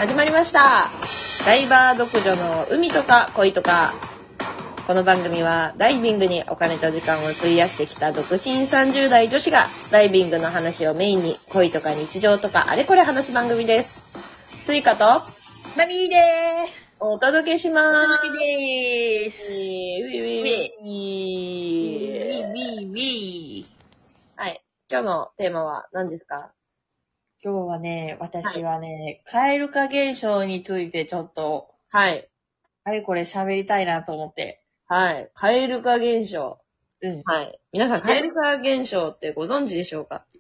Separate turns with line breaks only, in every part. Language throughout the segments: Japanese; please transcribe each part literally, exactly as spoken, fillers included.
始まりました。ダイバー独女の海とか恋とか。この番組はダイビングにお金と時間を費やしてきた独身さんじゅう代女子がダイビングの話をメインに恋とか日常とかあれこれ話す番組です。スイカと
マミーでーす。
お届けしまーす。
お届けでーす。
ウィーウィーウィーウィー
ウィーウィーウィー。
はい。今日のテーマは何ですか？
今日はね、私はね、蛙化現象についてちょっと、
はい。
あれこれ喋りたいなと思って。
はい。蛙化現象。
うん。
はい。皆さん、蛙化現象ってご存知でしょうか？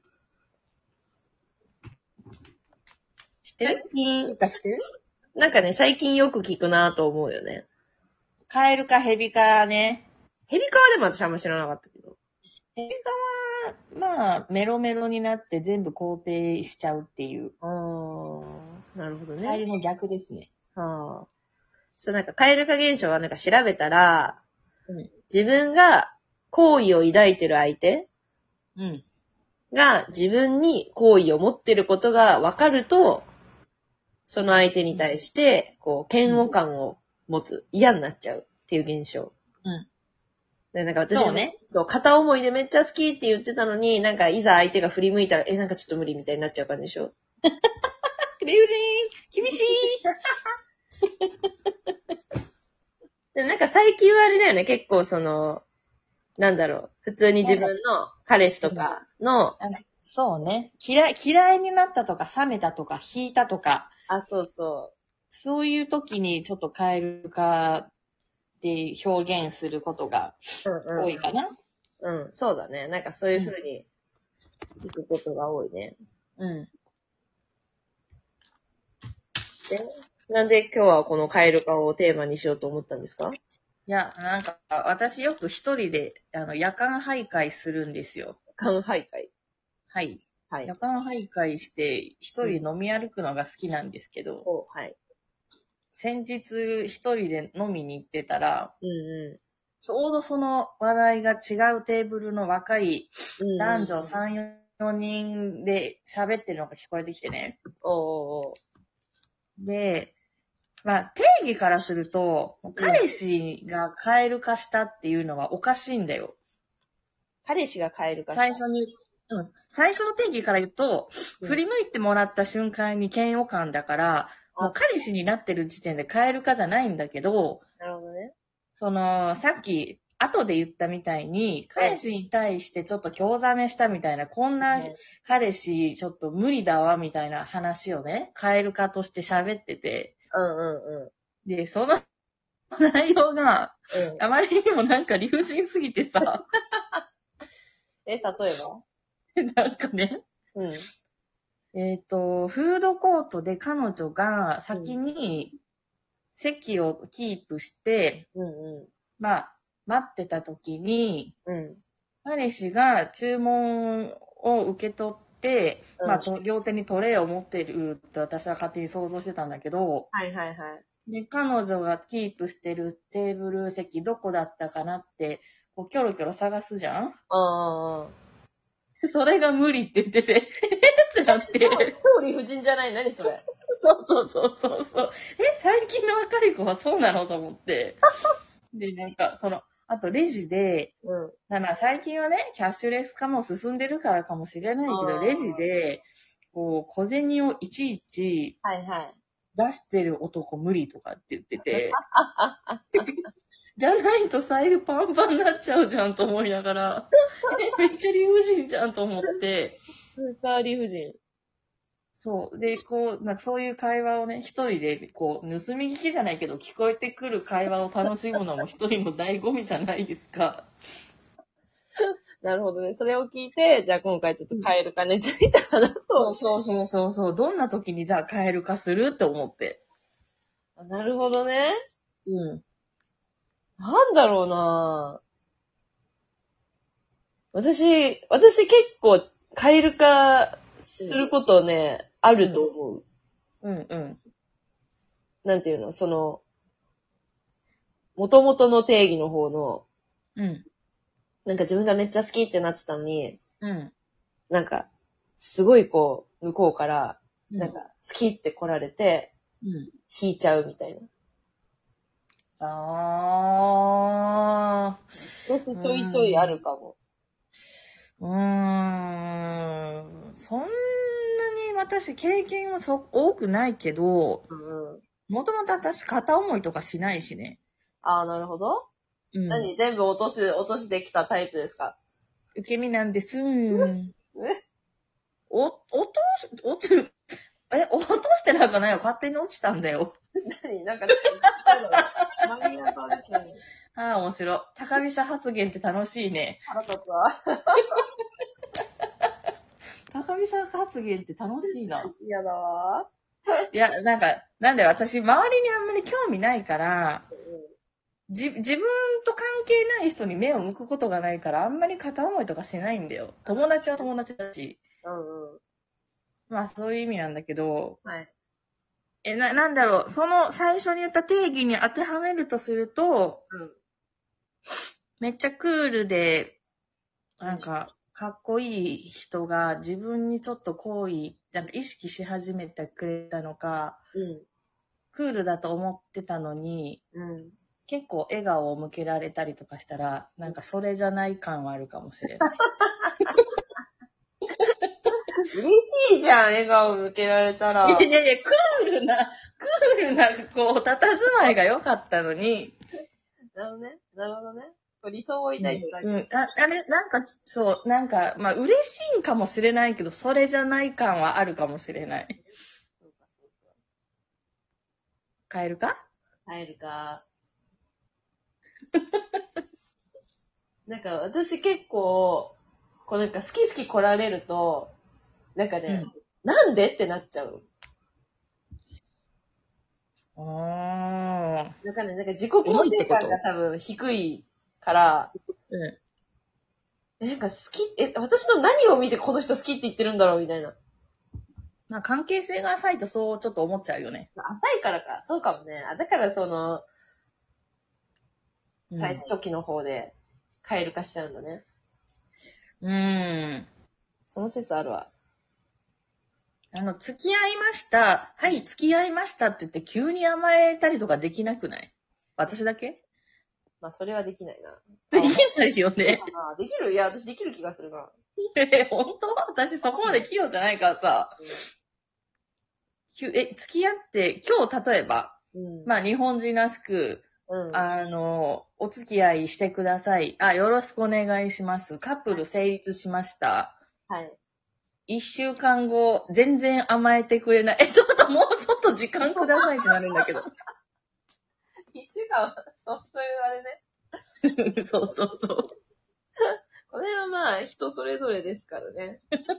知ってる？
最近、
知ってる？
なんかね、最近よく聞くなと思うよね。
蛙化ヘビ化ね。
ヘビ科はでも私あんま知らなかったけど。
ヘビ化は、まあ、メロメロになって全部肯定しちゃうっていう。
あー、なるほどね。
蛙の逆ですね。
はあ。そう、なんか、蛙化現象はなんか調べたら、
うん。
自分が好意を抱いてる相手
うん。
が自分に好意を持ってることが分かると、その相手に対して、こう、嫌悪感を持つ、嫌になっちゃうっていう現象。
うん。
で、なんか私
そうね。
そう、片思いでめっちゃ好きって言ってたのに、なんかいざ相手が振り向いたら、え、なんかちょっと無理みたいになっちゃう感じでしょ？
理不尽厳しい
で、なんか最近はあれだよね、結構その、なんだろう、普通に自分の彼氏とかの、
そうね。嫌い、嫌いになったとか、冷めたとか、引いたとか、
あ、そうそ
そういう時にちょっと蛙化って表現することが
う。うんうん。
多いかな。
うん、そうだね。なんかそういう風に聞くことが多いね。
うん。
で、なんで今日はこの蛙化をテーマにしようと思ったんですか？
いや、なんか、私よく一人で、あの、夜間徘徊するんですよ。
間徘徊。
はい。
はい。
夜間徘徊して、一人飲み歩くのが好きなんですけど、
おはい。
先日一人で飲みに行ってたら、
うんう
ちょうどその話題が違うテーブルの若い
ん。うんうん、
男女さん、よにんで喋ってるのが聞こえてきてね。
おうおうおう。
で、まあ、定義からすると、彼氏が蛙化したっていうのはおかしいんだよ。
彼氏が蛙化した。
最初に、うん。最初の定義から言うと、
うん、
振り向いてもらった瞬間に嫌悪感だから、もう彼氏になってる時点で蛙化じゃないんだけど、
なるほどね。
その、さっき、後で言ったみたいに、彼氏に対してちょっと興ざめしたみたいな、こんな彼氏ちょっと無理だわみたいな話をね、蛙化として喋ってて、
うんうんうん。
で、その内容が、
うん、
あまりにもなんか理不尽すぎてさ、
え、例えば？
なんかね、
うん。
えっと、フードコートで彼女が先に席をキープして、
うんう
まあ、待ってた時に、
ん。うん。
彼氏が注文を受け取って、
うん、
まあ、と両手にトレイを持ってるって私は勝手に想像してたんだけど、
はいはいはい。
で、彼女がキープしてるテーブル席どこだったかなって、こう、キョロキョロ探すじゃん？
ああ。
それが無理って言ってて、ってなって。
超理不尽じゃない？何それ？
そうそうそうそうそう。え、最近の若い子はそうなのと思って。で、なんか、その、あとレジで、
うん。
だから最近はね、キャッシュレス化も進んでるからかもしれないけど、
あー
レジで、こう、小銭をいちいち
はいはい。
出してる男無理とかって言ってて、じゃないと財布パンパンになっちゃうじゃんと思いながら、え、めっちゃ理不尽じゃんと思って、
スーパー理不尽。
そう。で、こう、なんかそういう会話をね、一人で、こう、盗み聞きじゃないけど、聞こえてくる会話を楽しむのも一人の醍醐味じゃないですか。
なるほどね。それを聞いて、じゃあ今回ちょっと蛙化について話そう。
そうそうそうそう。どんな時にじゃあ蛙化するって思って。
なるほどね。
うん。
なんだろうな私、私結構、蛙化することね、あると思う。
うんうん。
なんていうの、その、元々の定義の方の、
うん。
なんか自分がめっちゃ好きってなってたのに、
うん。
なんか、すごいこう、向こうから、
うん
なんか、好きって来られて、
うん。
引いちゃうみたいな。
あー。
ちょっとちょいちょいあるかも。
うーん。そんなに私経験はそ多くないけど、
うんうん。
もともと私片思いとかしないしね。
ああ、なるほど。
うん。
何全部落とす、落としてきたタイプですか？
受け身なんです。
え
お、落とす、落ち、え、落としてなんかないよ。勝手に落ちたんだよ。
何なんか、マリアントだけど、
ああ、面白い。高飛車発言って楽しいね。
腹立つわ。
高飛車発言って楽しいな。
嫌だわ。
いや、なんか、なんで私、周りにあんまり興味ないから、じ、自分と関係ない人に目を向くことがないから、あんまり片思いとかしないんだよ。友達は友達だし。
うんうん。
まあ、そういう意味なんだけど、
はい。
え、な、なんだろう、その最初に言った定義に当てはめるとすると、
うん。
めっちゃクールで、なんか、かっこいい人が自分にちょっと好意、なんか意識し始めてくれたのか、
うん。
クールだと思ってたのに、
うん。
結構笑顔を向けられたりとかしたら、なんかそれじゃない感はあるかもしれない。
嬉しいじゃん、笑顔向けられたら。
いやいやいや、クールな、クールな、こう、佇まいが良かったのに、
なるほどね。なるほどね。理想を抱いてたわけ。
うん、ああれ、なんか、そう、なんか、まあ、嬉しいんかもしれないけど、それじゃない感はあるかもしれない。
そうかそうか。
変えるか
入るか。なんか私結構、こうなんか好き好き来られると、なんかね、なんでってなっちゃう。
うん。ああ。
なんかね、なんか自己肯定感が多分低いから、
うん。
えなんか好き、え、私の何を見てこの人好きって言ってるんだろうみたいな。
まあ、関係性が浅いとそうちょっと思っちゃうよね。
浅いからか。そうかもね。あだからその、
うん
最初期の方で、カエル化しちゃうんだね。
うーん。
その説あるわ。
あの、付き合いました。はい、付き合いましたって言って急に甘えたりとかできなくない？私だけ？
まあ、それはできないな。
できないよ
できる
ね。
かなできるいや、私できる気がするな。
え、本当？私そこまで器用じゃないからさ。きゅえ、付き合って、今日例えば、
うん。
まあ日本人らしく、
うん。
あの、お付き合いしてください。あ、よろしくお願いします。カップル成立しました。
はい。
一週間後、全然甘えてくれない。え、ちょっともうちょっと時間くださいってなるんだけど。
一週間は、そう、そういうあれね。
そうそうそう。
これはまあ、人それぞれですからね。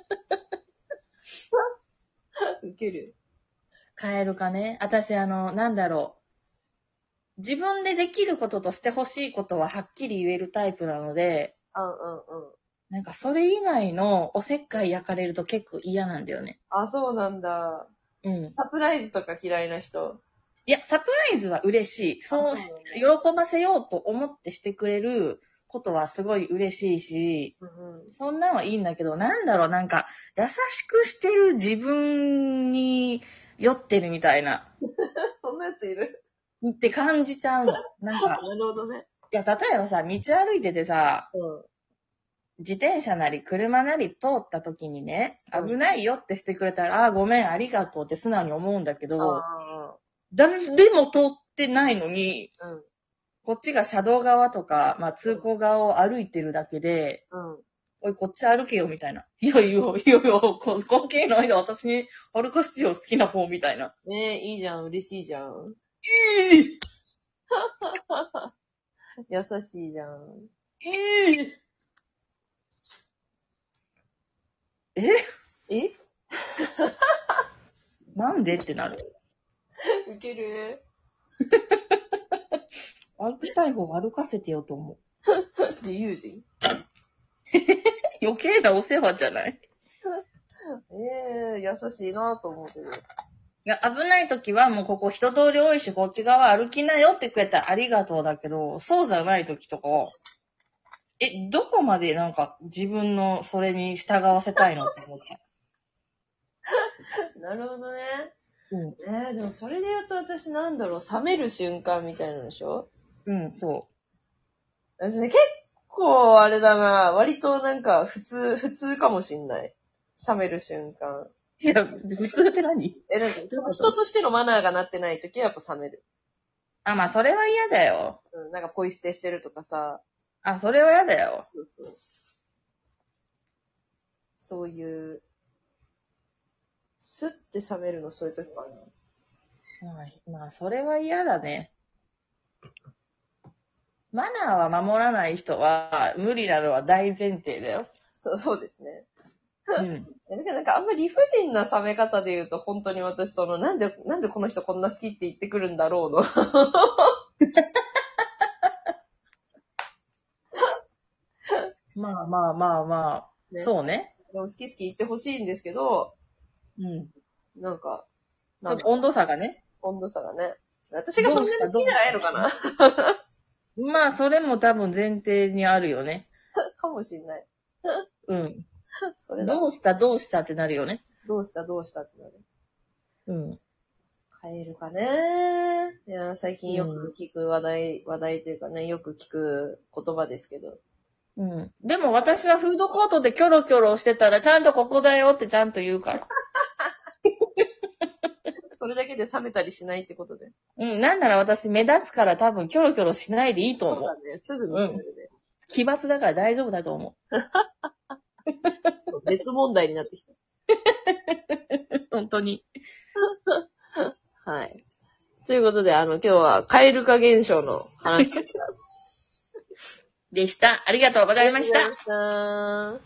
ウケる。
変えるかね。私、あの、なんだろう。自分でできることとしてほしいことははっきり言えるタイプなので、
うんうんうん。
なんかそれ以外のおせっかい焼かれると結構嫌なんだよね。
あ、そうなんだ。
うん。
サプライズとか嫌いな人。
いや、サプライズは嬉しい。そうし、喜ばせようと思ってしてくれることはすごい嬉しいし、
うんうん。
そんなんはいいんだけど、なんだろう、なんか、優しくしてる自分に酔ってるみたいな、
そんなやついる？
って感じちゃうの。なんか、
なるほどね。
いや、例えばさ、道歩いててさ、
うん。
自転車なり車なり通った時にね、
うん
危ないよってしてくれたら、ああー、ごめん、ありがとうって素直に思うんだけど、
あ
誰も通ってないのに、
あ。うん。
こっちが車道側とか、まあ通行側を歩いてるだけで、
うん。
おい、こっち歩けよ、みたいな。いやいや、いやいや、こ関係ないで私に歩かせてよ、好きな方、みたいな。
ねえ、いいじゃん、嬉しいじゃん。
ええ
優しいじゃん。
えええ
え
なんでってなる。
ウケる。
歩きたい方歩かせてよと思う。
自由人。
余計なお世話じゃない？
ええ優しいなと思うけど。
いや、危ない時はもうここ人通り多いし、こっち側歩きなよってくれたらありがとうだけど、そうじゃない時とか、え、どこまでなんか自分のそれに従わせたいのって思った。
なるほどね。
うん。
えー、でもそれで言うと私なんだろう、冷める瞬間みたいなのでしょ？
うん、そ
私ね、結構あれだな、割となんか普通、普通かもしんない。冷める瞬間。
う。いや、普通って何？
え、なんか
どういうこと
人としてのマナーがなってない時はやっぱ冷める。
あ、まあ、それは嫌だよ。
うん、なんかポイ捨てしてるとかさ、
あ、それは嫌だよ。
そうそう。そういう、スッて冷めるのそういう時かな。
まあ、まあ、それは嫌だね。マナーは守らない人は無理なのは大前提だよ。
そう、そうですね。
うん。
えだからなんかあんまり理不尽な冷め方で言うと、本当に私その、なんで、なんでこの人こんな好きって言ってくるんだろうの。
まあまあまあまあ、
ね、
そうね。
でも好き好き言ってほしいんですけど、
うん。
なんか、
ちょっと温度差がね。
温度差がね。私がそんなに好きじゃないのかな
まあ、それも多分前提にあるよね。
かもしんない。
うん。
それだ。
どうしたどうしたってなるよね。
どうしたどうしたってなる。
うん。
変えるかね。いや、最近よく聞く話題、話題というかね、よく聞く言葉ですけど。
うん。でも私はフードコートでキョロキョロしてたら、ちゃんとここだよってちゃんと言うから。
それだけで冷めたりしないってことで。
うん。なんなら私目立つから多分キョロキョロしないでいいと思う。
そうだね。すぐ見せるね。
奇抜だから大丈夫だと思
別問題になってきた。
う。本当に。
はい。ということで、あの、今日は蛙化現象の話でした。
でした。ありがとうございました。
ありがとうございました。